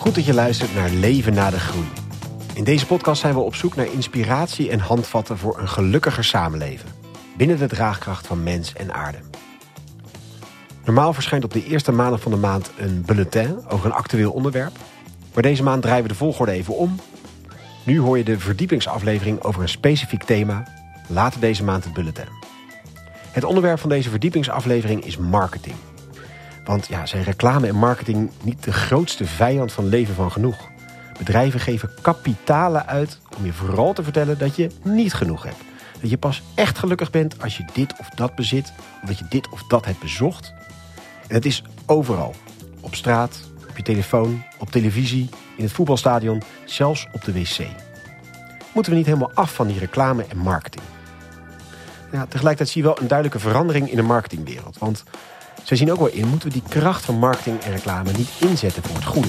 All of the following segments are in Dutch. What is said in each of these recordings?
Goed dat je luistert naar Leven na de Groei. In deze podcast zijn we op zoek naar inspiratie en handvatten voor een gelukkiger samenleven. Binnen de draagkracht van mens en aarde. Normaal verschijnt op de eerste maandag van de maand een bulletin over een actueel onderwerp. Maar deze maand draaien we de volgorde even om. Nu hoor je de verdiepingsaflevering over een specifiek thema. Later deze maand het bulletin. Het onderwerp van deze verdiepingsaflevering is marketing. Want zijn reclame en marketing niet de grootste vijand van leven van genoeg? Bedrijven geven kapitalen uit om je vooral te vertellen dat je niet genoeg hebt. Dat je pas echt gelukkig bent als je dit of dat bezit, of dat je dit of dat hebt bezocht. En het is overal. Op straat, op je telefoon, op televisie, in het voetbalstadion, zelfs op de wc. Moeten we niet helemaal af van die reclame en marketing? Ja, tegelijkertijd zie je wel een duidelijke verandering in de marketingwereld. Want zij zien ook wel in, moeten we die kracht van marketing en reclame niet inzetten voor het goede.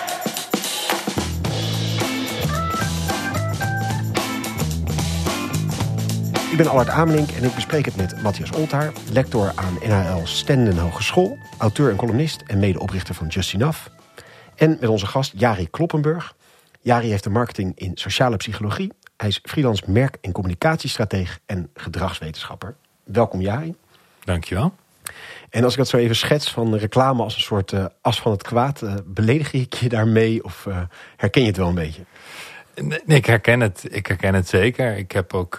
Ik ben Allard Amelink en ik bespreek het met Matthias Olthaar, lector aan NHL Stenden Hogeschool, auteur en columnist en medeoprichter van Just Enough. En met onze gast Jari Kloppenburg. Jari heeft de marketing in sociale psychologie. Hij is freelance merk- en communicatiestrateeg en gedragswetenschapper. Welkom Jari. Dankjewel. En als ik dat zo even schets van reclame als een soort as van het kwaad, beledig ik je daarmee of herken je het wel een beetje? Nee, ik herken het zeker. Ik heb ook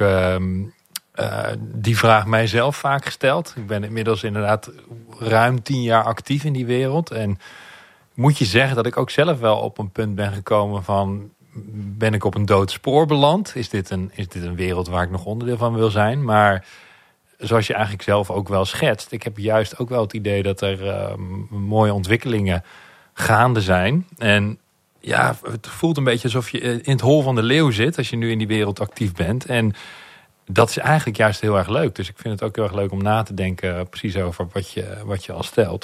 die vraag mijzelf vaak gesteld. Ik ben inmiddels inderdaad ruim 10 jaar actief in die wereld. En moet je zeggen dat ik ook zelf wel op een punt ben gekomen van, ben ik op een dood spoor beland? Is dit een wereld waar ik nog onderdeel van wil zijn? Maar zoals je eigenlijk zelf ook wel schetst, ik heb juist ook wel het idee dat er mooie ontwikkelingen gaande zijn. En ja, het voelt een beetje alsof je in het hol van de leeuw zit als je nu in die wereld actief bent. En dat is eigenlijk juist heel erg leuk. Dus ik vind het ook heel erg leuk om na te denken precies over wat je al stelt.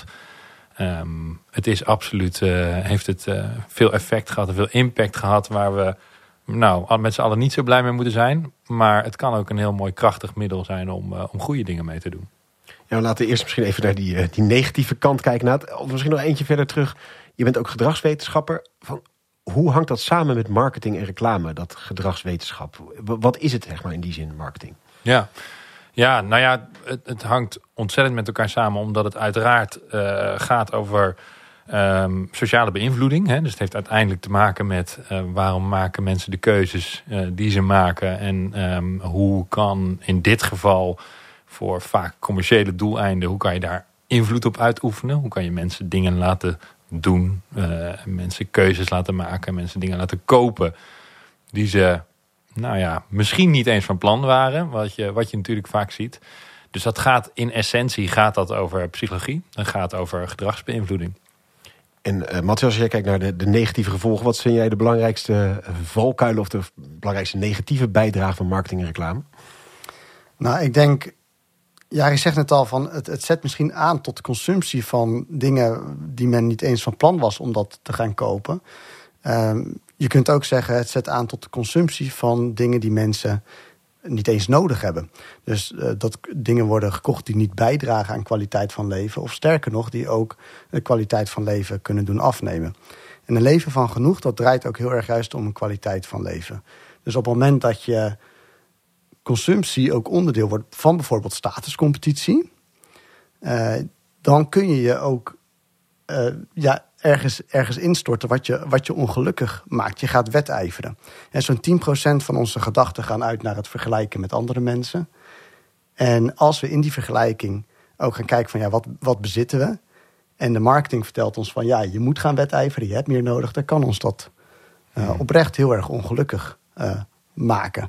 Het is absoluut, heeft het veel effect gehad en veel impact gehad waar we met z'n allen niet zo blij mee moeten zijn. Maar het kan ook een heel mooi krachtig middel zijn om goede dingen mee te doen. Ja, laten we eerst misschien even naar die negatieve kant kijken. Of misschien nog eentje verder terug. Je bent ook gedragswetenschapper. Hoe hangt dat samen met marketing en reclame, dat gedragswetenschap? Wat is het zeg maar in die zin, marketing? Ja, het hangt ontzettend met elkaar samen, omdat het uiteraard gaat over sociale beïnvloeding. Hè? Dus het heeft uiteindelijk te maken met waarom maken mensen de keuzes die ze maken. En hoe kan in dit geval voor vaak commerciële doeleinden, hoe kan je daar invloed op uitoefenen? Hoe kan je mensen dingen laten doen, mensen keuzes laten maken, mensen dingen laten kopen die ze misschien niet eens van plan waren, wat je natuurlijk vaak ziet. Dus dat gaat in essentie over psychologie. Dat gaat over gedragsbeïnvloeding. En Matthias, als jij kijkt naar de negatieve gevolgen, wat vind jij de belangrijkste valkuilen of de belangrijkste negatieve bijdrage van marketing en reclame? Nou, ik denk, Jari zegt net al, van het zet misschien aan tot de consumptie van dingen die men niet eens van plan was om dat te gaan kopen. Je kunt ook zeggen, het zet aan tot de consumptie van dingen die mensen niet eens nodig hebben. Dus dat dingen worden gekocht die niet bijdragen aan kwaliteit van leven, of sterker nog, die ook de kwaliteit van leven kunnen doen afnemen. En een leven van genoeg, dat draait ook heel erg juist om een kwaliteit van leven. Dus op het moment dat je consumptie ook onderdeel wordt van bijvoorbeeld statuscompetitie, dan kun je je ook ergens instorten wat je ongelukkig maakt. Je gaat wedijveren. En zo'n 10% van onze gedachten gaan uit naar het vergelijken met andere mensen. En als we in die vergelijking ook gaan kijken van wat bezitten we? En de marketing vertelt ons van je moet gaan wedijveren, je hebt meer nodig, dan kan ons dat oprecht heel erg ongelukkig maken.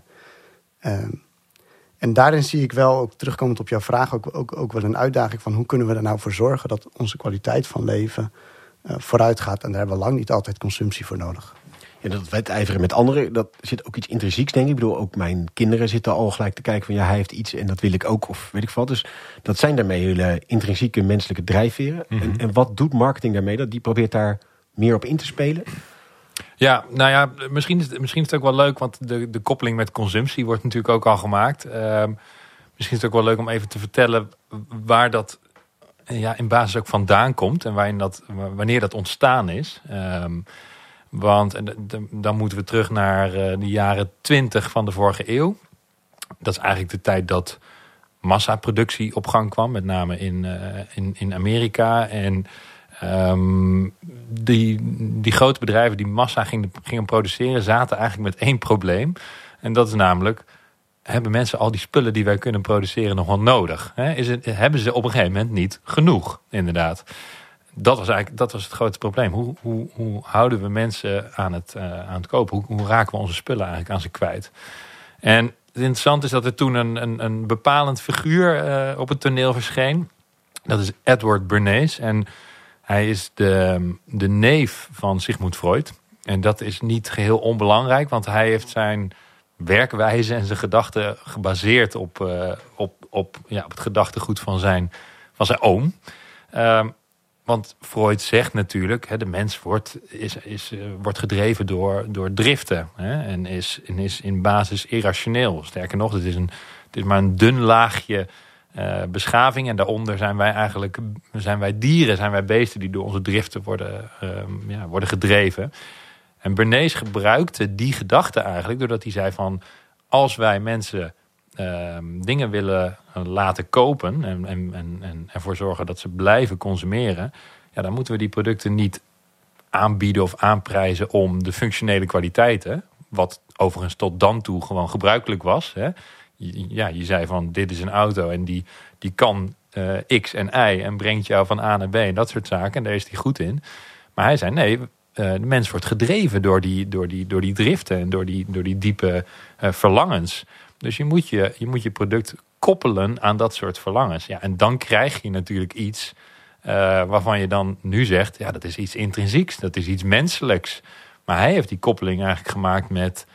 En daarin zie ik wel, ook terugkomend op jouw vraag, ook wel een uitdaging van hoe kunnen we er nou voor zorgen dat onze kwaliteit van leven vooruit gaat. En daar hebben we lang niet altijd consumptie voor nodig. Ja, dat wedijveren met anderen, dat zit ook iets intrinsieks, denk ik. Ik bedoel, ook mijn kinderen zitten al gelijk te kijken van hij heeft iets en dat wil ik ook, of weet ik wat. Dus dat zijn daarmee hele intrinsieke menselijke drijfveren. Mm-hmm. En wat doet marketing daarmee? Die probeert daar meer op in te spelen? Ja, misschien is het ook wel leuk, want de koppeling met consumptie wordt natuurlijk ook al gemaakt. Misschien is het ook wel leuk om even te vertellen waar dat in basis ook vandaan komt en wanneer dat ontstaan is. Want dan moeten we terug naar de jaren 20 van de vorige eeuw. Dat is eigenlijk de tijd dat massaproductie op gang kwam. Met name in Amerika. En die grote bedrijven die massa gingen produceren, zaten eigenlijk met één probleem. En dat is namelijk, hebben mensen al die spullen die wij kunnen produceren nog wel nodig? Hebben ze op een gegeven moment niet genoeg, inderdaad. Dat was het grote probleem. Hoe houden we mensen aan het kopen? Hoe raken we onze spullen eigenlijk aan ze kwijt? En het interessante is dat er toen een bepalend figuur op het toneel verscheen. Dat is Edward Bernays. En hij is de neef van Sigmund Freud. En dat is niet geheel onbelangrijk, want hij heeft zijn werkwijze en zijn gedachten gebaseerd op het gedachtegoed van zijn oom. Want Freud zegt natuurlijk, de mens wordt gedreven door driften. En is in basis irrationeel. Sterker nog, het is maar een dun laagje beschaving. En daaronder zijn wij dieren, zijn wij beesten die door onze driften worden gedreven. En Bernays gebruikte die gedachte eigenlijk doordat hij zei van, als wij mensen dingen willen laten kopen en ervoor zorgen dat ze blijven consumeren, dan moeten we die producten niet aanbieden of aanprijzen om de functionele kwaliteiten, wat overigens tot dan toe gewoon gebruikelijk was. Je zei van, dit is een auto en die kan X en Y en brengt jou van A naar B en dat soort zaken. En daar is hij goed in. Maar hij zei, nee, de mens wordt gedreven door die driften en door die diepe verlangens. Dus je moet je product koppelen aan dat soort verlangens. Ja, en dan krijg je natuurlijk iets waarvan je dan nu zegt, dat is iets intrinsieks, dat is iets menselijks. Maar hij heeft die koppeling eigenlijk gemaakt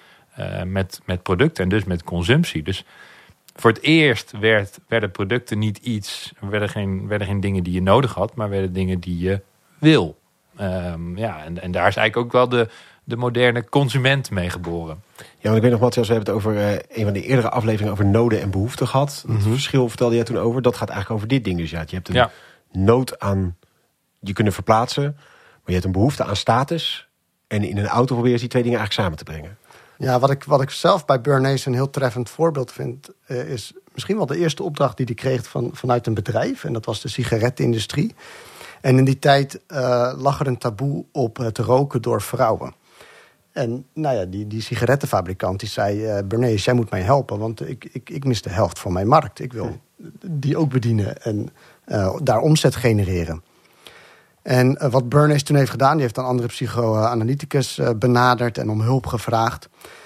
met producten en dus met consumptie. Dus voor het eerst werden producten niet iets, werden geen dingen die je nodig had, maar werden dingen die je wil. En daar is eigenlijk ook wel de moderne consument mee geboren. Ja, want ik weet nog, Matthias, we hebben het over een van de eerdere afleveringen over noden en behoeften gehad. Het verschil vertelde jij toen over. Dat gaat eigenlijk over dit ding dus. Ja, je hebt een nood aan je kunnen verplaatsen, maar je hebt een behoefte aan status. En in een auto probeer je die twee dingen eigenlijk samen te brengen. Ja, wat ik zelf bij Bernays een heel treffend voorbeeld vind, is misschien wel de eerste opdracht die hij kreeg vanuit een bedrijf. En dat was de sigarettenindustrie. En in die tijd lag er een taboe op het roken door vrouwen. En die sigarettenfabrikant die zei, Bernays, jij moet mij helpen, want ik mis de helft van mijn markt. Ik wil die ook bedienen en daar omzet genereren. En wat Bernays toen heeft gedaan, die heeft een andere psychoanalyticus benaderd en om hulp gevraagd.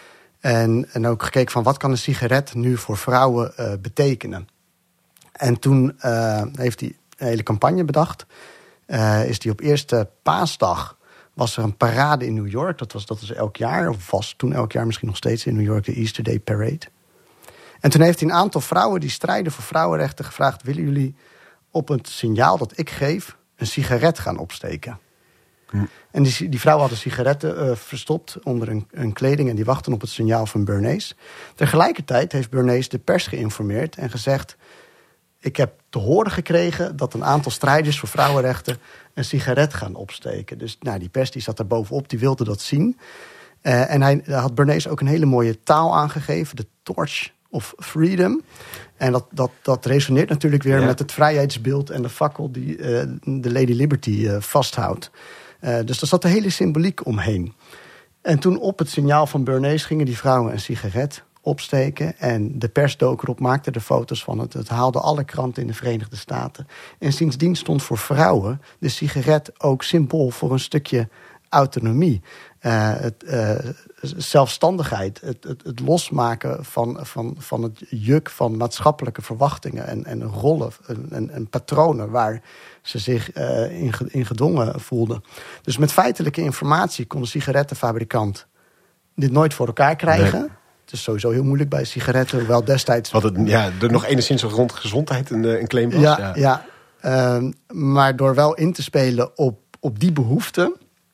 En ook gekeken van, wat kan een sigaret nu voor vrouwen betekenen? En toen heeft hij een hele campagne bedacht. Is die op eerste paasdag was er een parade in New York. Dat was elk jaar, of was toen elk jaar misschien nog steeds in New York, de Easter Day Parade. En toen heeft hij een aantal vrouwen die strijden voor vrouwenrechten gevraagd, willen jullie op het signaal dat ik geef een sigaret gaan opsteken? En die vrouwen hadden sigaretten verstopt onder hun kleding en die wachten op het signaal van Bernays. Tegelijkertijd heeft Bernays de pers geïnformeerd en gezegd, ik heb te horen gekregen dat een aantal strijders voor vrouwenrechten een sigaret gaan opsteken. Dus die pers die zat daar bovenop, die wilde dat zien. En hij had Bernays ook een hele mooie taal aangegeven, de Torch of Freedom. En dat resoneert natuurlijk weer met het vrijheidsbeeld en de fakkel die de Lady Liberty vasthoudt. Dus daar zat de hele symboliek omheen. En toen op het signaal van Bernays gingen die vrouwen een sigaret opsteken. En de pers dook erop, maakte er foto's van het. Het haalde alle kranten in de Verenigde Staten. En sindsdien stond voor vrouwen de sigaret ook symbool voor een stukje autonomie. Zelfstandigheid. Het losmaken van het juk van maatschappelijke verwachtingen en rollen en patronen waar ze zich in gedwongen voelden. Dus met feitelijke informatie kon de sigarettenfabrikant dit nooit voor elkaar krijgen. Nee. Het is sowieso heel moeilijk bij sigaretten, hoewel destijds... Wat er nog enigszins rond gezondheid een claim was. Maar door wel in te spelen op die behoefte,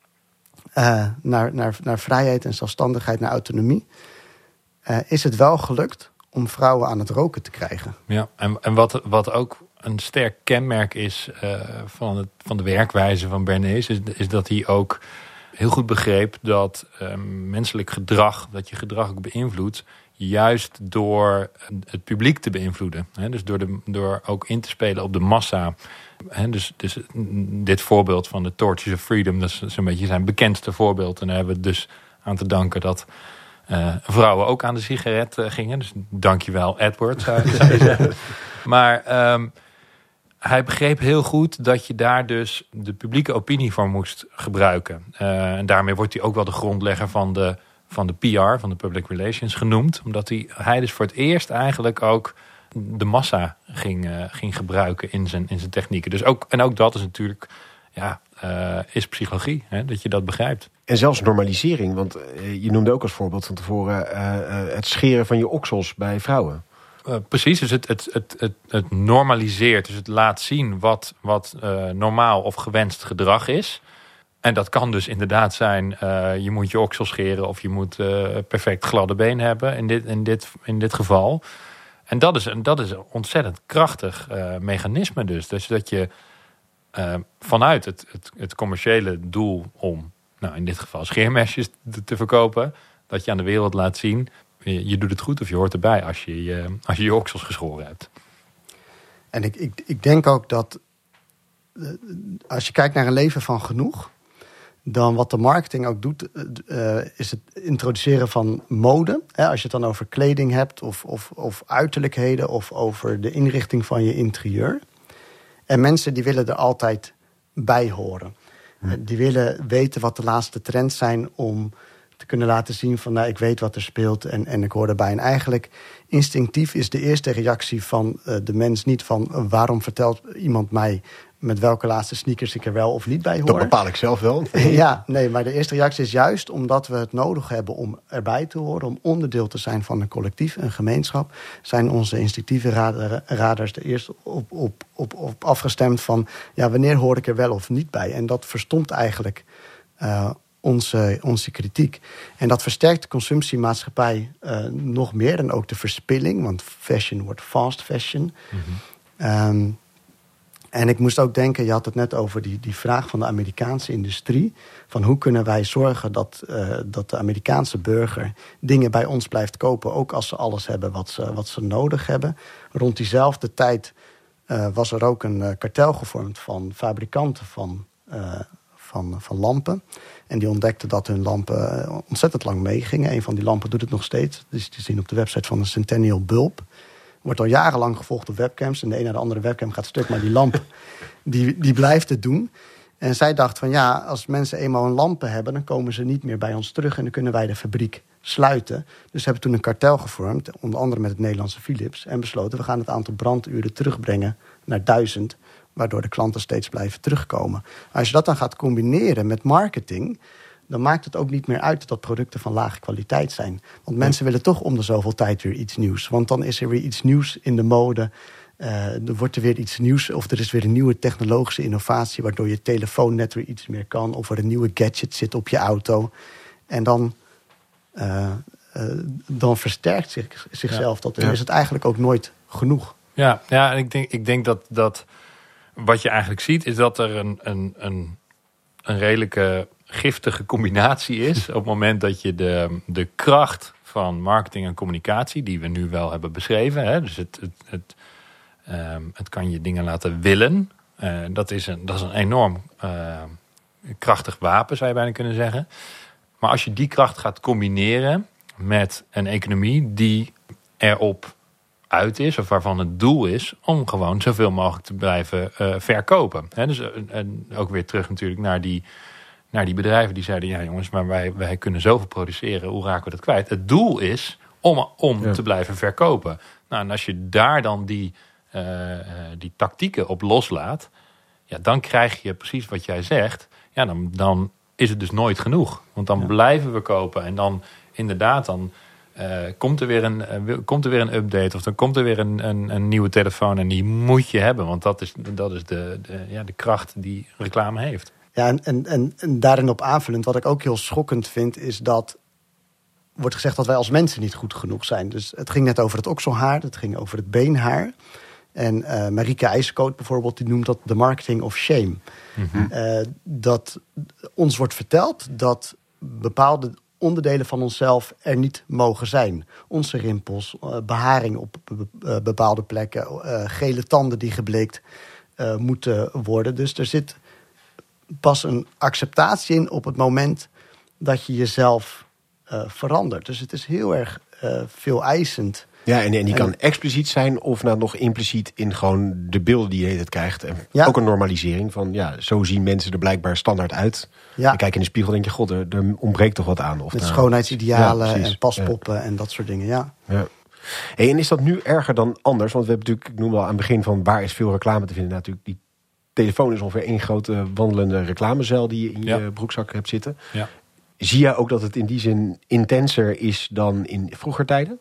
naar vrijheid en zelfstandigheid, naar autonomie, is het wel gelukt om vrouwen aan het roken te krijgen. Ja, en wat ook een sterk kenmerk is van de werkwijze van Bernays, is dat hij ook heel goed begreep dat menselijk gedrag, dat je gedrag ook beïnvloedt, juist door het publiek te beïnvloeden. Dus door ook in te spelen op de massa. Dus dit voorbeeld van de Torches of Freedom, dat is zo'n beetje zijn bekendste voorbeeld. En daar hebben we dus aan te danken dat vrouwen ook aan de sigaret gingen. Dus dankjewel Edward, zou je zeggen. Maar hij begreep heel goed dat je daar dus de publieke opinie voor moest gebruiken. En daarmee wordt hij ook wel de grondlegger van de PR, van de public relations, genoemd. Omdat hij dus voor het eerst eigenlijk ook de massa ging gebruiken in zijn technieken. Dus ook dat is natuurlijk is psychologie, dat je dat begrijpt. En zelfs normalisering, want je noemde ook als voorbeeld van tevoren het scheren van je oksels bij vrouwen. Precies, dus het normaliseert, dus het laat zien wat normaal of gewenst gedrag is. En dat kan dus inderdaad zijn, je moet je oksel scheren of je moet perfect gladde been hebben in dit geval. En dat is een ontzettend krachtig mechanisme dus. Dus dat je vanuit het commerciële doel om, nou in dit geval scheermesjes te verkopen, dat je aan de wereld laat zien, je doet het goed of je hoort erbij als je oksels geschoren hebt. En ik denk ook dat als je kijkt naar een leven van genoeg, dan wat de marketing ook doet, is het introduceren van mode. Als je het dan over kleding hebt of uiterlijkheden of over de inrichting van je interieur. En mensen die willen er altijd bij horen. Die willen weten wat de laatste trends zijn om te kunnen laten zien van ik weet wat er speelt en ik hoor erbij. En eigenlijk instinctief is de eerste reactie van de mens niet van waarom vertelt iemand mij met welke laatste sneakers ik er wel of niet bij hoor. Dat bepaal ik zelf wel. Ja, nee, maar de eerste reactie is juist omdat we het nodig hebben om erbij te horen, om onderdeel te zijn van een collectief, een gemeenschap, zijn onze instinctieve radars er eerst op afgestemd van wanneer hoor ik er wel of niet bij. En dat verstomt eigenlijk onze kritiek. En dat versterkt de consumptiemaatschappij nog meer en ook de verspilling, want fashion wordt fast fashion. Mm-hmm. En ik moest ook denken, je had het net over die vraag van de Amerikaanse industrie. Van hoe kunnen wij zorgen dat de Amerikaanse burger dingen bij ons blijft kopen, ook als ze alles hebben wat ze nodig hebben. Rond diezelfde tijd was er ook een kartel gevormd van fabrikanten van lampen. En die ontdekten dat hun lampen ontzettend lang meegingen. Een van die lampen doet het nog steeds. Dus te zien op de website van de Centennial Bulb. Wordt al jarenlang gevolgd op webcams. En de een naar de andere webcam gaat stuk. Maar die lamp, die blijft het doen. En zij dacht van als mensen eenmaal een lampen hebben, dan komen ze niet meer bij ons terug. En dan kunnen wij de fabriek sluiten. Dus ze hebben toen een kartel gevormd. Onder andere met het Nederlandse Philips. En besloten, we gaan het aantal branduren terugbrengen naar 1000. Waardoor de klanten steeds blijven terugkomen. Als je dat dan gaat combineren met marketing, dan maakt het ook niet meer uit dat producten van lage kwaliteit zijn. Want mensen willen toch om de zoveel tijd weer iets nieuws. Want dan is er weer iets nieuws in de mode. Er wordt er weer iets nieuws, of er is weer een nieuwe technologische innovatie, waardoor je telefoon net weer iets meer kan, of er een nieuwe gadget zit op je auto. En dan versterkt zichzelf dat. En is het eigenlijk ook nooit genoeg. Ja, en ik denk dat wat je eigenlijk ziet, is dat er een redelijke giftige combinatie is. Op het moment dat je de kracht van marketing en communicatie, die we nu wel hebben beschreven, dus het kan je dingen laten willen. Dat is een enorm krachtig wapen, zou je bijna kunnen zeggen. Maar als je die kracht gaat combineren met een economie die erop uit is, of waarvan het doel is om gewoon zoveel mogelijk te blijven verkopen. Dus ook weer terug natuurlijk naar die bedrijven die zeiden, ja jongens, maar wij kunnen zoveel produceren, hoe raken we dat kwijt? Het doel is om te blijven verkopen. Nou, en als je daar dan die tactieken op loslaat, dan krijg je precies wat jij zegt. Ja, dan is het dus nooit genoeg. Want dan blijven we kopen en dan inderdaad komt er weer een update, of dan komt er weer een nieuwe telefoon en die moet je hebben, want dat is de kracht die reclame heeft. Ja, en daarin op aanvullend, wat ik ook heel schokkend vind, is dat wordt gezegd dat wij als mensen niet goed genoeg zijn. Dus het ging net over het okselhaar, het ging over het beenhaar. En Marieke IJzerkoot bijvoorbeeld, die noemt dat de marketing of shame. Mm-hmm. Dat ons wordt verteld dat bepaalde onderdelen van onszelf er niet mogen zijn. Onze rimpels, beharing op bepaalde plekken, gele tanden die gebleekt moeten worden. Dus er zit pas een acceptatie in op het moment dat je jezelf verandert. Dus het is heel erg veel eisend. Ja, en die kan expliciet zijn of nou nog impliciet in gewoon de beelden die je het krijgt. En ook een normalisering van, zo zien mensen er blijkbaar standaard uit. Ja. Je kijkt in de spiegel en denk je, god, er ontbreekt toch wat aan. Of met schoonheidsidealen en paspoppen en dat soort dingen, ja. Hey, en is dat nu erger dan anders? Want we hebben natuurlijk, ik noemde al aan het begin van waar is veel reclame te vinden. Natuurlijk, die telefoon is ongeveer één grote wandelende reclamezuil die je in je broekzak hebt zitten. Ja. Zie jij ook dat het in die zin intenser is dan in vroeger tijden?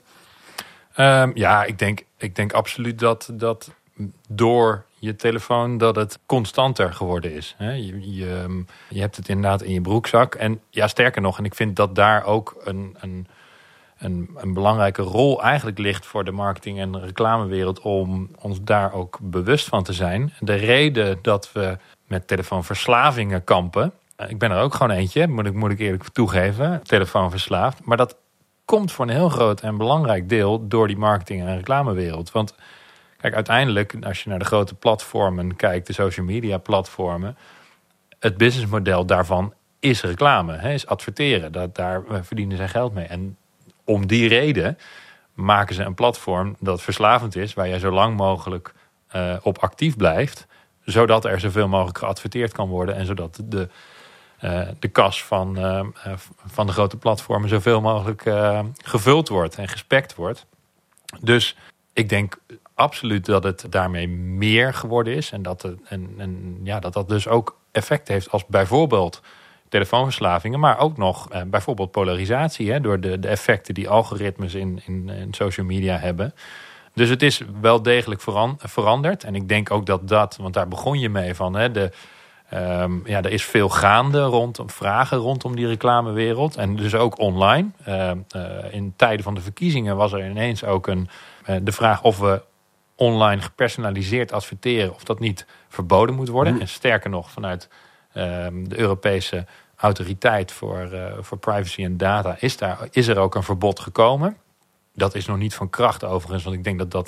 Ik denk absoluut dat door je telefoon dat het constanter geworden is. Je hebt het inderdaad in je broekzak. En ja, sterker nog, en ik vind dat daar ook een belangrijke rol eigenlijk ligt voor de marketing- en reclamewereld om ons daar ook bewust van te zijn. De reden dat we met telefoonverslavingen kampen, ik ben er ook gewoon eentje, moet ik eerlijk toegeven, telefoonverslaafd. Maar dat komt voor een heel groot en belangrijk deel door die marketing- en reclamewereld. Want kijk, uiteindelijk, als je naar de grote platformen kijkt, de social media platformen, het businessmodel daarvan is reclame, is adverteren. Daar verdienen ze geld mee. En om die reden maken ze een platform dat verslavend is, waar jij zo lang mogelijk op actief blijft, zodat er zoveel mogelijk geadverteerd kan worden en zodat de kas van de grote platformen zoveel mogelijk gevuld wordt en gespekt wordt. Dus ik denk absoluut dat het daarmee meer geworden is. En dat dus ook effect heeft als bijvoorbeeld telefoonverslavingen, maar ook nog bijvoorbeeld polarisatie, door de effecten die algoritmes in social media hebben. Dus het is wel degelijk veranderd. En ik denk ook dat want daar begon je mee van, er is veel gaande vragen rondom die reclamewereld. En dus ook online. In tijden van de verkiezingen was er ineens ook de vraag of we online gepersonaliseerd adverteren, of dat niet verboden moet worden. En sterker nog, vanuit de Europese autoriteit voor privacy en data is er ook een verbod gekomen. Dat is nog niet van kracht overigens, want ik denk dat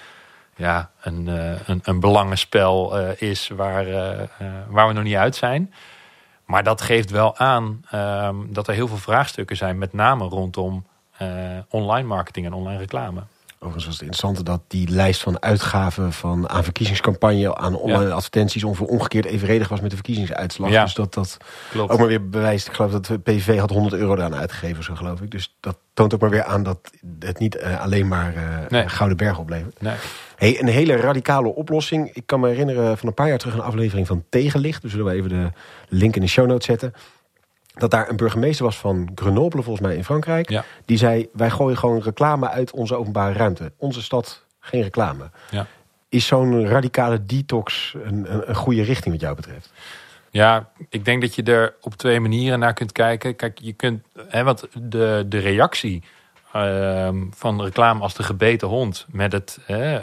een belangenspel is waar we nog niet uit zijn. Maar dat geeft wel aan dat er heel veel vraagstukken zijn, met name rondom online marketing en online reclame. Overigens was het interessante dat die lijst van uitgaven aan verkiezingscampagne, aan online advertenties ongeveer omgekeerd evenredig was met de verkiezingsuitslag. Ja. Dus dat klopt. Ook maar weer bewijst. Ik geloof dat de PVV had €100 eraan uitgegeven, zo geloof ik. Dus dat toont ook maar weer aan dat het niet alleen maar Gouden Berg oplevert. Nee. Hey, een hele radicale oplossing. Ik kan me herinneren van een paar jaar terug een aflevering van Tegenlicht. Dus zullen we even de link in de show notes zetten. Dat daar een burgemeester was van Grenoble, volgens mij in Frankrijk. Ja. Die zei, wij gooien gewoon reclame uit onze openbare ruimte. Onze stad, geen reclame. Ja. Is zo'n radicale detox een goede richting wat jou betreft? Ja, ik denk dat je er op twee manieren naar kunt kijken. Kijk, je kunt, want de reactie van reclame als de gebeten hond met het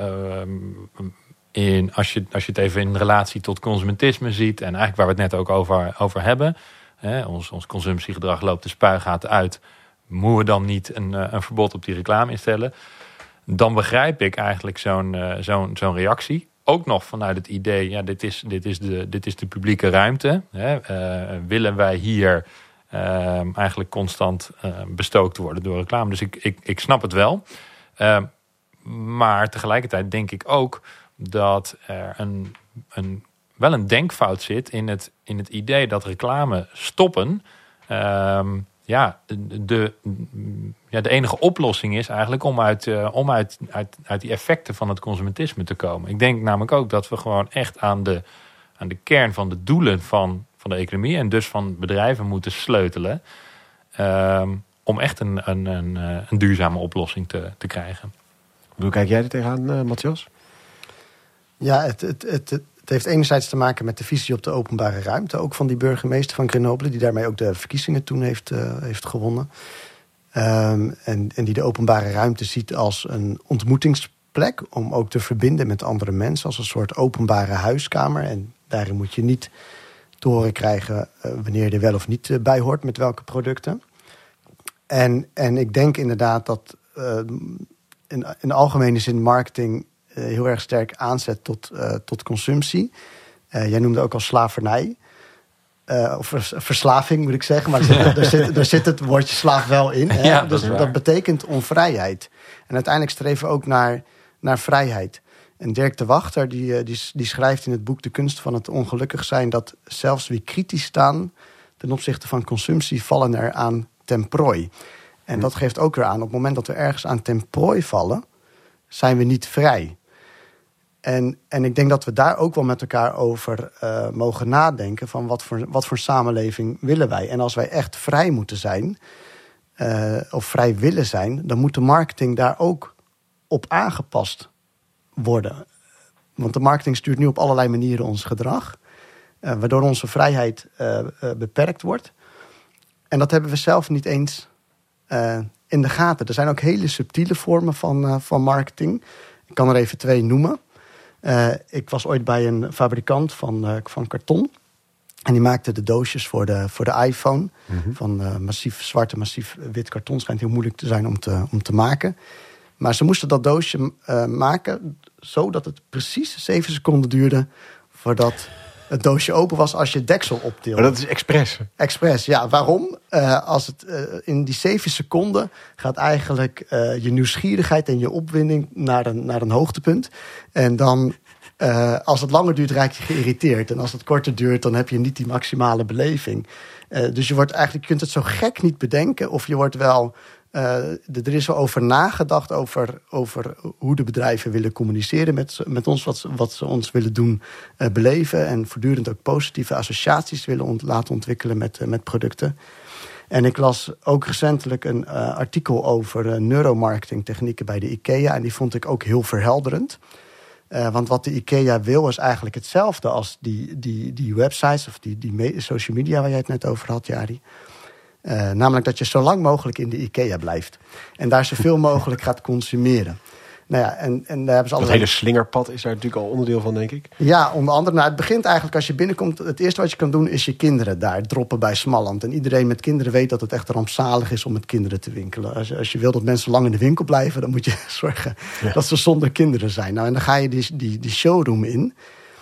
als je het even in relatie tot consumentisme ziet, en eigenlijk waar we het net ook over hebben. Ons consumptiegedrag loopt de spuigaten uit. Moeten we dan niet een verbod op die reclame instellen? Dan begrijp ik eigenlijk zo'n reactie. Ook nog vanuit het idee, dit is de publieke ruimte. Willen wij hier eigenlijk constant bestookt worden door reclame? Dus ik snap het wel. Maar tegelijkertijd denk ik ook dat er wel een denkfout zit in het idee dat reclame stoppen de enige oplossing is eigenlijk om uit die effecten van het consumentisme te komen. Ik denk namelijk ook dat we gewoon echt aan de kern van de doelen van de economie en dus van bedrijven moeten sleutelen om echt een duurzame oplossing te krijgen. Hoe kijk jij er tegenaan, Matthias? Ja, het heeft enerzijds te maken met de visie op de openbare ruimte, ook van die burgemeester van Grenoble, die daarmee ook de verkiezingen toen heeft gewonnen. En die de openbare ruimte ziet als een ontmoetingsplek plek om ook te verbinden met andere mensen als een soort openbare huiskamer. En daarin moet je niet te horen krijgen wanneer je er wel of niet bij hoort met welke producten. En ik denk inderdaad dat in algemene zin marketing heel erg sterk aanzet tot consumptie. Jij noemde ook al slavernij. Of verslaving moet ik zeggen. Maar daar zit het woordje slaaf wel in. Hè? Ja, dus dat betekent onvrijheid. En uiteindelijk streven we ook naar vrijheid. En Dirk de Wachter die schrijft in het boek De Kunst van het Ongelukkig zijn... dat zelfs wie kritisch staan ten opzichte van consumptie vallen er aan ten prooi. En dat geeft ook weer aan, op het moment dat we ergens aan ten prooi vallen, zijn we niet vrij. En ik denk dat we daar ook wel met elkaar over mogen nadenken van wat voor samenleving willen wij. En als wij echt vrij moeten zijn, of vrij willen zijn, dan moet de marketing daar ook op aangepast worden. Want de marketing stuurt nu op allerlei manieren ons gedrag, waardoor onze vrijheid beperkt wordt. En dat hebben we zelf niet eens in de gaten. Er zijn ook hele subtiele vormen van marketing. Ik kan er even 2 noemen. Ik was ooit bij een fabrikant van karton. En die maakte de doosjes voor de iPhone. Mm-hmm. Van massief zwart en massief wit karton. Schijnt heel moeilijk te zijn om te maken. Maar ze moesten dat doosje maken zodat het precies 7 seconden duurde voordat het doosje open was als je het deksel optilde. Maar dat is expres. Expres, ja. Waarom? Als het in die 7 seconden gaat eigenlijk je nieuwsgierigheid en je opwinding naar een hoogtepunt. En dan, als het langer duurt, raak je geïrriteerd. En als het korter duurt, dan heb je niet die maximale beleving. Dus je kunt het zo gek niet bedenken. Of je wordt wel... er is wel over nagedacht over hoe de bedrijven willen communiceren met ons, wat ze ons willen doen beleven en voortdurend ook positieve associaties willen laten ontwikkelen met producten. En ik las ook recentelijk een artikel over neuromarketing technieken bij de IKEA en die vond ik ook heel verhelderend. Want wat de IKEA wil is eigenlijk hetzelfde als die websites of die social media waar jij het net over had, Jari. Namelijk dat je zo lang mogelijk in de IKEA blijft. En daar zoveel mogelijk gaat consumeren. Nou ja, en daar hebben ze dat hele slingerpad is daar natuurlijk al onderdeel van, denk ik. Ja, onder andere. Nou, het begint eigenlijk als je binnenkomt. Het eerste wat je kan doen is je kinderen daar droppen bij Smalland. En iedereen met kinderen weet dat het echt rampzalig is om met kinderen te winkelen. Als je wil dat mensen lang in de winkel blijven, dan moet je zorgen dat ze zonder kinderen zijn. Nou, en dan ga je die showroom in.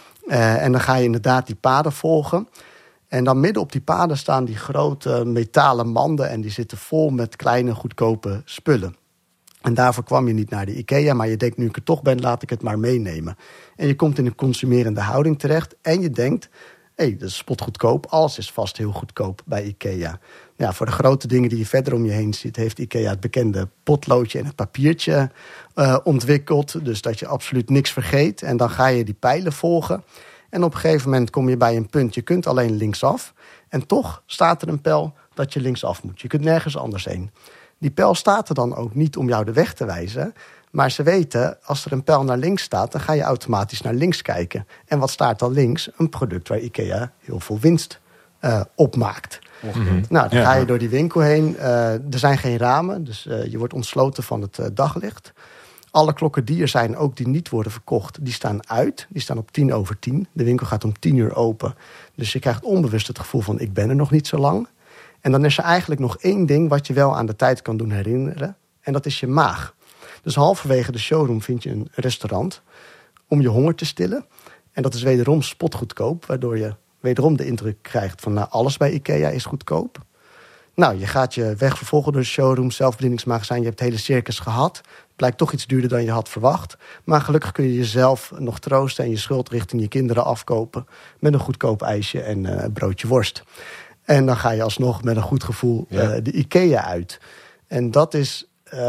En dan ga je inderdaad die paden volgen. En dan midden op die paden staan die grote metalen manden en die zitten vol met kleine, goedkope spullen. En daarvoor kwam je niet naar de IKEA, maar je denkt, nu ik er toch ben, laat ik het maar meenemen. En je komt in een consumerende houding terecht en je denkt, hé, dat is spotgoedkoop, alles is vast heel goedkoop bij IKEA. Ja, voor de grote dingen die je verder om je heen ziet, heeft IKEA het bekende potloodje en het papiertje ontwikkeld. Dus dat je absoluut niks vergeet. En dan ga je die pijlen volgen. En op een gegeven moment kom je bij een punt, je kunt alleen linksaf. En toch staat er een pijl dat je linksaf moet. Je kunt nergens anders heen. Die pijl staat er dan ook niet om jou de weg te wijzen. Maar ze weten, als er een pijl naar links staat, dan ga je automatisch naar links kijken. En wat staat dan links? Een product waar IKEA heel veel winst opmaakt. Mm-hmm. Nou, dan ga je door die winkel heen. Er zijn geen ramen, dus je wordt ontsloten van het daglicht. Alle klokken die er zijn, ook die niet worden verkocht, die staan uit. Die staan op 10:10. De winkel gaat om 10:00 open. Dus je krijgt onbewust het gevoel van, ik ben er nog niet zo lang. En dan is er eigenlijk nog 1 ding wat je wel aan de tijd kan doen herinneren. En dat is je maag. Dus halverwege de showroom vind je een restaurant om je honger te stillen. En dat is wederom spotgoedkoop, waardoor je wederom de indruk krijgt van, nou, alles bij IKEA is goedkoop. Nou, je gaat je weg vervolgen door de showroom, zelfbedieningsmagazijn. Je hebt het hele circus gehad. Het blijkt toch iets duurder dan je had verwacht. Maar gelukkig kun je jezelf nog troosten en je schuld richting je kinderen afkopen met een goedkoop ijsje en een broodje worst. En dan ga je alsnog met een goed gevoel de IKEA uit. En dat is,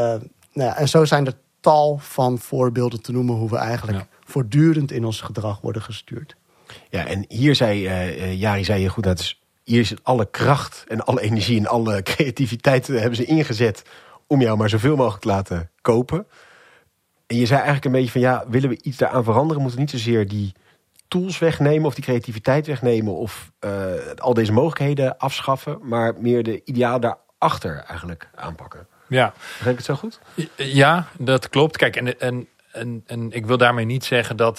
en zo zijn er tal van voorbeelden te noemen hoe we eigenlijk voortdurend in ons gedrag worden gestuurd. Ja, en hier Jari zei je goed, dat is, hier is het alle kracht en alle energie en alle creativiteit hebben ze ingezet om jou maar zoveel mogelijk te laten kopen. En je zei eigenlijk een beetje van, willen we iets daaraan veranderen? Moeten we niet zozeer die tools wegnemen of die creativiteit wegnemen of al deze mogelijkheden afschaffen, maar meer de ideaal daarachter eigenlijk aanpakken. Ja. Begrijp ik het zo goed? Ja, dat klopt. Kijk, en En ik wil daarmee niet zeggen dat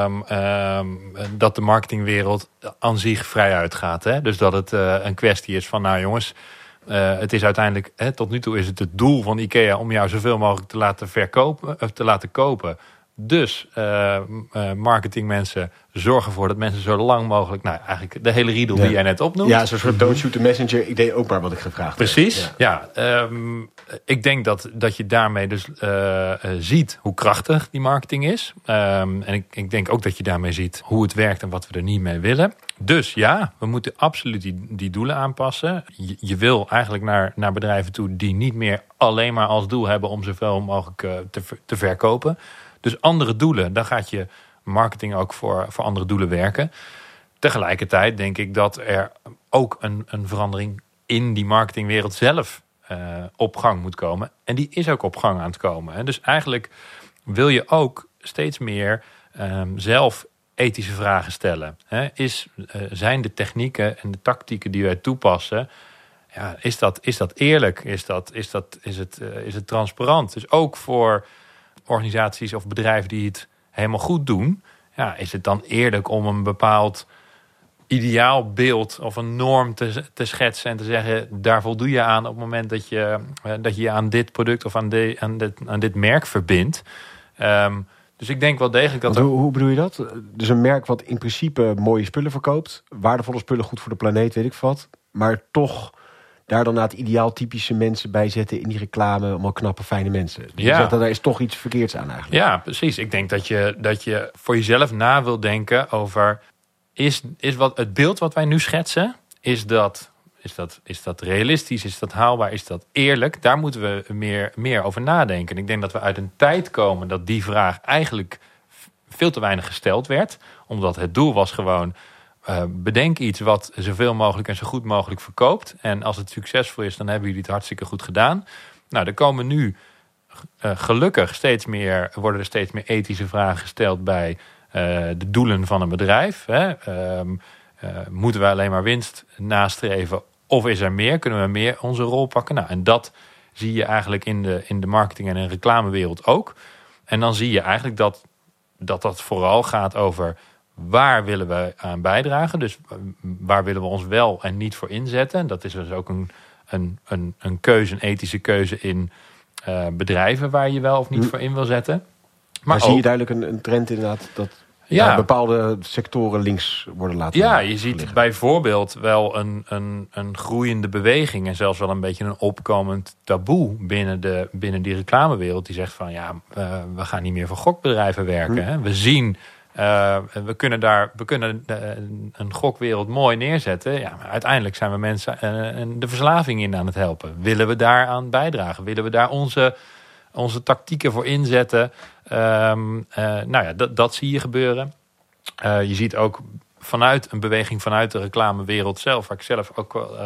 de marketingwereld aan zich vrij uitgaat. Hè? Dus dat het een kwestie is van, nou jongens, het is uiteindelijk, tot nu toe is het doel van IKEA om jou zoveel mogelijk te laten verkopen of te laten kopen. Dus marketingmensen zorgen ervoor dat mensen zo lang mogelijk, nou eigenlijk de hele riedel die jij net opnoemt. Ja, zo'n soort don't shoot the messenger. Ik deed ook maar wat ik gevraagd Precies, heb. ja. Ik denk dat je daarmee dus ziet hoe krachtig die marketing is. En ik denk ook dat je daarmee ziet hoe het werkt en wat we er niet mee willen. Dus ja, we moeten absoluut die doelen aanpassen. Je wil eigenlijk naar bedrijven toe die niet meer alleen maar als doel hebben om zoveel mogelijk te verkopen. Dus andere doelen, dan gaat je marketing ook voor andere doelen werken. Tegelijkertijd denk ik dat er ook een verandering in die marketingwereld zelf op gang moet komen. En die is ook op gang aan het komen. Hè. Dus eigenlijk wil je ook steeds meer zelf ethische vragen stellen. Hè. Zijn de technieken en de tactieken die wij toepassen, ja, is dat eerlijk? Is het transparant? Dus ook voor organisaties of bedrijven die het helemaal goed doen, ja, is het dan eerlijk om een bepaald ideaalbeeld of een norm te schetsen en te zeggen, daar voldoe je aan op het moment dat je aan dit product of aan dit merk verbindt. Dus ik denk wel degelijk dat... Hoe bedoel je dat? Dus een merk wat in principe mooie spullen verkoopt, waardevolle spullen, goed voor de planeet, weet ik wat, maar toch daar dan het ideaal typische mensen bij zetten in die reclame, allemaal knappe, fijne mensen. Dus daar is toch iets verkeerds aan eigenlijk. Ja, precies. Ik denk dat je voor jezelf na wil denken over, is het beeld wat wij nu schetsen, is dat realistisch? Is dat haalbaar? Is dat eerlijk? Daar moeten we meer over nadenken. En ik denk dat we uit een tijd komen dat die vraag eigenlijk veel te weinig gesteld werd. Omdat het doel was gewoon, bedenk iets wat zoveel mogelijk en zo goed mogelijk verkoopt. En als het succesvol is, dan hebben jullie het hartstikke goed gedaan. Nou, er komen nu gelukkig worden er steeds meer ethische vragen gesteld bij de doelen van een bedrijf. Hè? Moeten we alleen maar winst nastreven? Of is er meer? Kunnen we meer onze rol pakken? Nou, en dat zie je eigenlijk in de marketing en in de reclamewereld ook. En dan zie je eigenlijk dat vooral gaat over waar willen we aan bijdragen. Dus waar willen we ons wel en niet voor inzetten. Dat is dus ook een keuze, een ethische keuze in bedrijven waar je wel of niet voor in wil zetten. Maar zie je duidelijk een trend inderdaad dat bepaalde sectoren links worden laten liggen? Ja, je ziet bijvoorbeeld wel een groeiende beweging en zelfs wel een beetje een opkomend taboe binnen die reclamewereld. Die zegt van we gaan niet meer voor gokbedrijven werken. Hè. We zien, we kunnen een gokwereld mooi neerzetten. Ja, maar uiteindelijk zijn we mensen de verslaving in aan het helpen. Willen we daaraan bijdragen? Willen we daar onze tactieken voor inzetten? Dat zie je gebeuren. Je ziet ook een beweging vanuit de reclamewereld zelf, waar ik zelf ook wel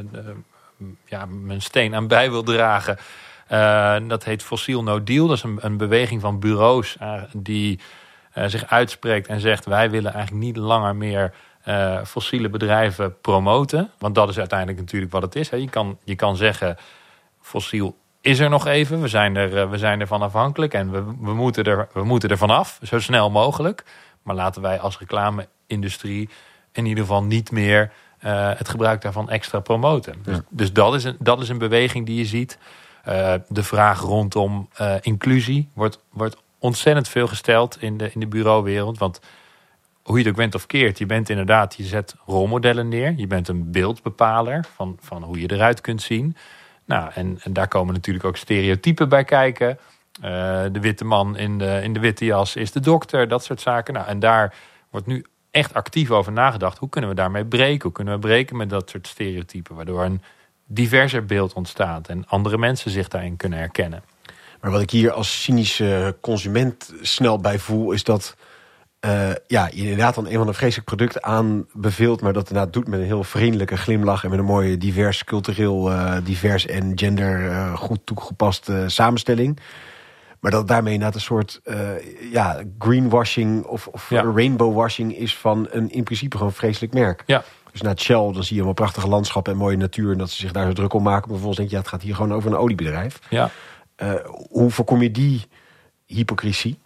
mijn steen aan bij wil dragen. Dat heet Fossiel No Deal. Dat is een beweging van bureaus die zich uitspreekt en zegt, wij willen eigenlijk niet langer meer fossiele bedrijven promoten. Want dat is uiteindelijk natuurlijk wat het is. Hè. Je kan zeggen, fossiel is er nog even. We zijn ervan afhankelijk en we moeten er vanaf, zo snel mogelijk. Maar laten wij als reclame-industrie in ieder geval niet meer het gebruik daarvan extra promoten. Ja. Dus dat is een beweging die je ziet. De vraag rondom inclusie wordt ontzettend veel gesteld in de bureauwereld. Want hoe je het ook bent of keert, je zet rolmodellen neer. Je bent een beeldbepaler van hoe je eruit kunt zien. Nou, en daar komen natuurlijk ook stereotypen bij kijken. De witte man in de witte jas is de dokter, dat soort zaken. Nou, en daar wordt nu echt actief over nagedacht. Hoe kunnen we daarmee breken? Hoe kunnen we breken met dat soort stereotypen? Waardoor een diverser beeld ontstaat en andere mensen zich daarin kunnen herkennen. Maar wat ik hier als cynische consument snel bij voel, is dat je inderdaad dan een van een vreselijk product aanbeveelt, maar dat inderdaad doet met een heel vriendelijke glimlach en met een mooie cultureel divers en gender goed toegepaste samenstelling. Maar dat daarmee inderdaad een soort greenwashing of rainbowwashing is van een in principe gewoon vreselijk merk. Ja. Dus na Shell, dan zie je allemaal prachtige landschappen en mooie natuur en dat ze zich daar zo druk om maken. Maar vervolgens denk je, het gaat hier gewoon over een oliebedrijf. Ja. Hoe voorkom je die hypocrisie?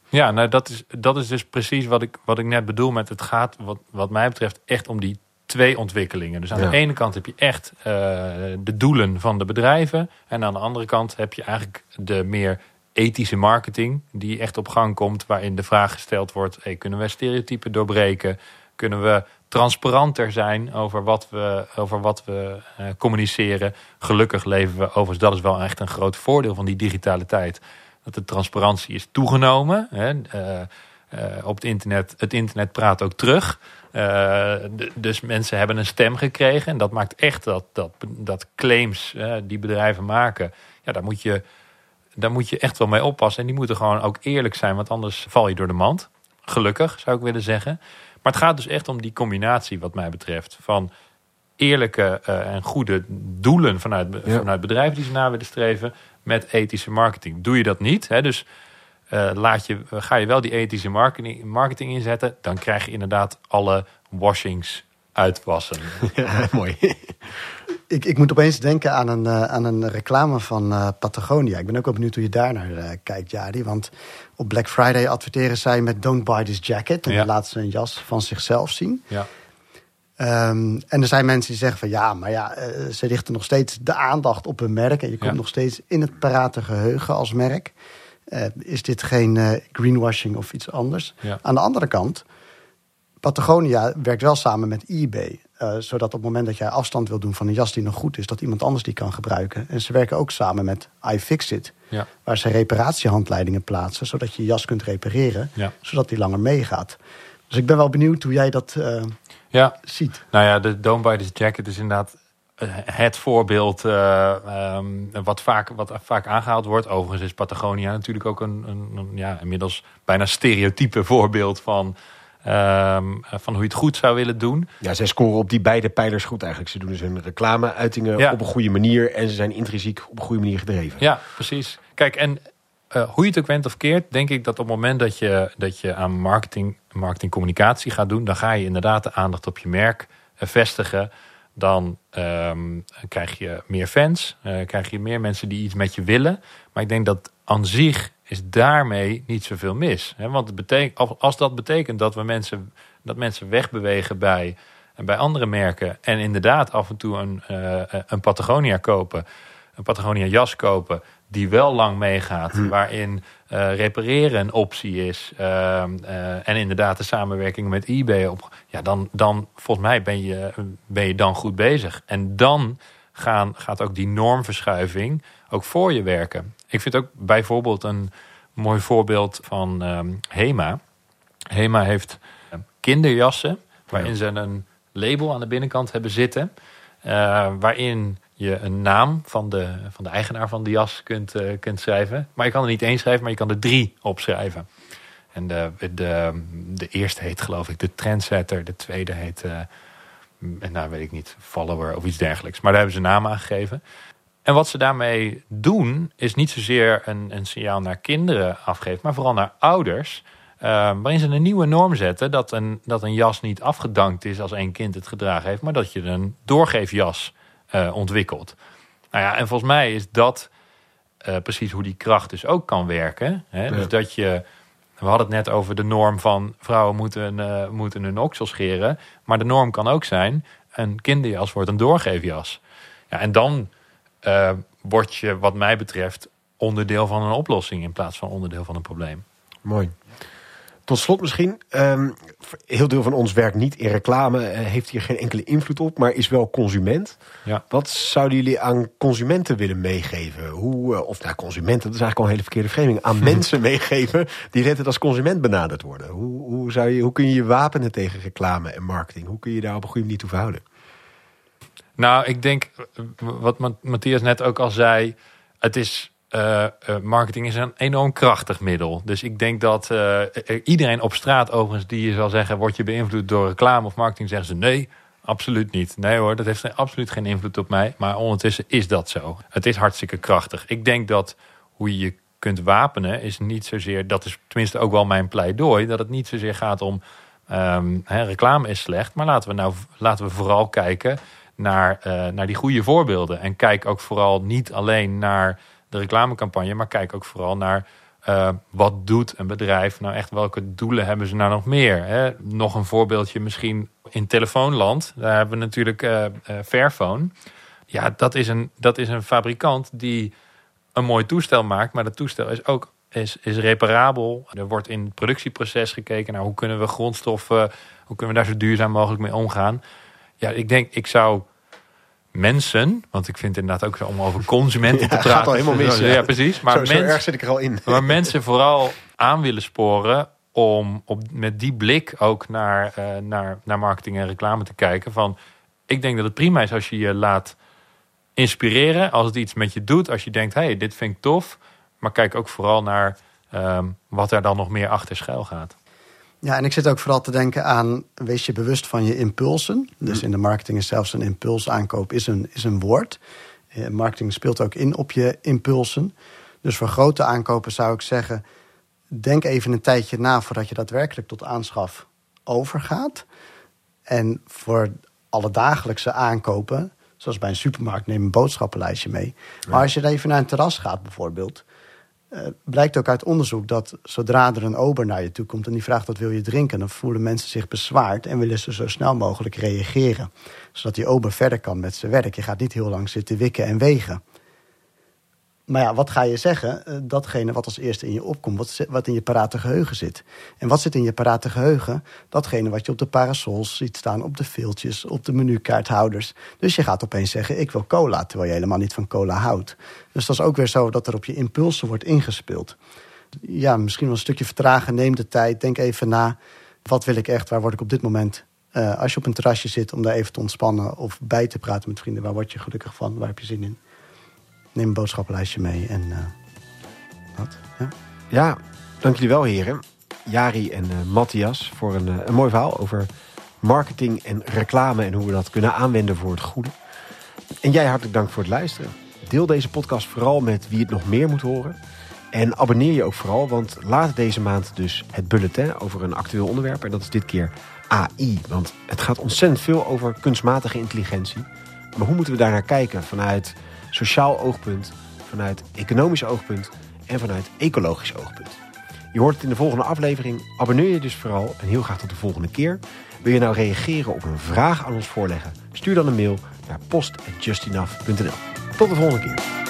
Ja, nou dat is dus precies wat ik net bedoel met het gaat wat mij betreft echt om die twee ontwikkelingen. Dus aan de ene kant heb je echt de doelen van de bedrijven. En aan de andere kant heb je eigenlijk de meer ethische marketing die echt op gang komt. Waarin de vraag gesteld wordt, kunnen we stereotypen doorbreken? Kunnen we transparanter zijn over wat we communiceren? Gelukkig leven we overigens, dat is wel echt een groot voordeel van die digitale tijd. Dat de transparantie is toegenomen. Op het internet praat ook terug. Dus mensen hebben een stem gekregen. En dat maakt echt dat claims die bedrijven maken. Ja, daar moet je echt wel mee oppassen. En die moeten gewoon ook eerlijk zijn. Want anders val je door de mand. Gelukkig, zou ik willen zeggen. Maar het gaat dus echt om die combinatie wat mij betreft. Van eerlijke en goede doelen vanuit bedrijven die ze na willen streven. Met ethische marketing. Doe je dat niet, dus ga je wel die ethische marketing inzetten, dan krijg je inderdaad alle washings uitwassen. Ja, mooi. Ik moet opeens denken aan een reclame van Patagonia. Ik ben ook wel benieuwd hoe je daar naar kijkt, Jari. Want op Black Friday adverteren zij met Don't Buy This Jacket. En dan laten ze een jas van zichzelf zien. Ja. En er zijn mensen die zeggen van ze richten nog steeds de aandacht op hun merk. En je komt nog steeds in het parate geheugen als merk. Is dit geen greenwashing of iets anders? Ja. Aan de andere kant, Patagonia werkt wel samen met eBay. Zodat op het moment dat jij afstand wil doen van een jas die nog goed is, dat iemand anders die kan gebruiken. En ze werken ook samen met iFixit. Ja. Waar ze reparatiehandleidingen plaatsen, zodat je je jas kunt repareren. Ja. Zodat die langer meegaat. Dus ik ben wel benieuwd hoe jij dat ziet. Nou ja, de Don't Buy This Jacket is inderdaad het voorbeeld wat vaak aangehaald wordt. Overigens is Patagonia natuurlijk ook een inmiddels bijna stereotype voorbeeld van hoe je het goed zou willen doen. Ja, zij scoren op die beide pijlers goed eigenlijk. Ze doen dus hun reclame-uitingen op een goede manier en ze zijn intrinsiek op een goede manier gedreven. Ja, precies. Kijk, en hoe je het ook went of keert, denk ik dat op het moment dat je aan marketingcommunicatie gaat doen, dan ga je inderdaad de aandacht op je merk vestigen. Dan krijg je meer fans, krijg je meer mensen die iets met je willen. Maar ik denk dat aan zich is daarmee niet zoveel mis. Want als dat betekent dat mensen wegbewegen bij andere merken en inderdaad af en toe een Patagonia kopen, een Patagonia jas kopen die wel lang meegaat, waarin repareren een optie is en inderdaad de samenwerking met eBay dan volgens mij ben je dan goed bezig. En dan gaat ook die normverschuiving ook voor je werken. Ik vind ook bijvoorbeeld een mooi voorbeeld van Hema. Hema heeft kinderjassen waarin ze een label aan de binnenkant hebben zitten, waarin je een naam van de eigenaar van de jas kunt schrijven. Maar je kan er niet één schrijven, maar je kan er 3 opschrijven. En de eerste heet geloof ik de Trendsetter. De tweede heet, weet ik niet, Follower of iets dergelijks. Maar daar hebben ze naam aan gegeven. En wat ze daarmee doen, is niet zozeer een signaal naar kinderen afgeven, maar vooral naar ouders. Waarin ze een nieuwe norm zetten dat een jas niet afgedankt is als 1 kind het gedragen heeft, maar dat je een doorgeefjas ontwikkeld. Nou ja, en volgens mij is dat precies hoe die kracht dus ook kan werken. Hè? Ja. Dus dat we hadden het net over de norm van vrouwen moeten hun oksel scheren. Maar de norm kan ook zijn, een kinderjas wordt een doorgeefjas. Ja, en dan word je, wat mij betreft, onderdeel van een oplossing in plaats van onderdeel van een probleem. Mooi. Tot slot misschien, heel deel van ons werkt niet in reclame, heeft hier geen enkele invloed op, maar is wel consument. Ja. Wat zouden jullie aan consumenten willen meegeven? Consumenten, dat is eigenlijk al een hele verkeerde framing, aan mensen meegeven die net als consument benaderd worden. Hoe kun je je wapenen tegen reclame en marketing? Hoe kun je daar op een goede manier toe verhouden? Nou, ik denk, wat Matthias net ook al zei, het is marketing is een enorm krachtig middel. Dus ik denk dat iedereen op straat overigens die je zal zeggen, word je beïnvloed door reclame of marketing, zeggen ze nee, absoluut niet. Nee hoor, dat heeft absoluut geen invloed op mij. Maar ondertussen is dat zo. Het is hartstikke krachtig. Ik denk dat hoe je kunt wapenen is niet zozeer, dat is tenminste ook wel mijn pleidooi, dat het niet zozeer gaat om reclame is slecht, maar laten we vooral kijken naar die goede voorbeelden. En kijk ook vooral niet alleen naar de reclamecampagne, maar kijk ook vooral naar wat doet een bedrijf nou echt? Welke doelen hebben ze nou nog meer? Hè? Nog een voorbeeldje misschien in telefoonland. Daar hebben we natuurlijk Fairphone. Ja, dat is een fabrikant die een mooi toestel maakt. Maar dat toestel is ook is reparabel. Er wordt in het productieproces gekeken naar hoe kunnen we grondstoffen, hoe kunnen we daar zo duurzaam mogelijk mee omgaan. Ja, ik zou mensen, want ik vind het inderdaad ook zo om over consumenten te praten. Gaat al helemaal mis. Ja, precies. Maar zo erg zit ik er al in. Maar mensen vooral aan willen sporen om met die blik ook naar marketing en reclame te kijken. Van, ik denk dat het prima is als je je laat inspireren, als het iets met je doet, als je denkt, hey, dit vind ik tof. Maar kijk ook vooral naar wat er dan nog meer achter schuil gaat. Ja, en ik zit ook vooral te denken aan, wees je bewust van je impulsen. Dus in de marketing is zelfs een impulsaankoop is een woord. Marketing speelt ook in op je impulsen. Dus voor grote aankopen zou ik zeggen, denk even een tijdje na voordat je daadwerkelijk tot aanschaf overgaat. En voor alle dagelijkse aankopen, zoals bij een supermarkt, neem een boodschappenlijstje mee. Maar als je dan even naar een terras gaat bijvoorbeeld, blijkt ook uit onderzoek dat zodra er een ober naar je toe komt en die vraagt wat wil je drinken, dan voelen mensen zich bezwaard en willen ze zo snel mogelijk reageren. Zodat die ober verder kan met zijn werk. Je gaat niet heel lang zitten wikken en wegen. Maar ja, wat ga je zeggen? Datgene wat als eerste in je opkomt, wat in je parate geheugen zit. En wat zit in je parate geheugen? Datgene wat je op de parasols ziet staan, op de viltjes, op de menukaarthouders. Dus je gaat opeens zeggen, ik wil cola, terwijl je helemaal niet van cola houdt. Dus dat is ook weer zo dat er op je impulsen wordt ingespeeld. Ja, misschien wel een stukje vertragen, neem de tijd, denk even na. Wat wil ik echt, waar word ik op dit moment, als je op een terrasje zit, om daar even te ontspannen of bij te praten met vrienden, waar word je gelukkig van, waar heb je zin in? Neem een boodschappenlijstje mee en wat? Ja, dank jullie wel, heren. Jari en Matthias voor een mooi verhaal over marketing en reclame en hoe we dat kunnen aanwenden voor het goede. En jij hartelijk dank voor het luisteren. Deel deze podcast vooral met wie het nog meer moet horen. En abonneer je ook vooral, want later deze maand dus het bulletin over een actueel onderwerp. En dat is dit keer AI, want het gaat ontzettend veel over kunstmatige intelligentie. Maar hoe moeten we daar naar kijken vanuit sociaal oogpunt, vanuit economisch oogpunt en vanuit ecologisch oogpunt? Je hoort het in de volgende aflevering. Abonneer je dus vooral en heel graag tot de volgende keer. Wil je nou reageren op een vraag aan ons voorleggen? Stuur dan een mail naar post@justenough.nl. Tot de volgende keer.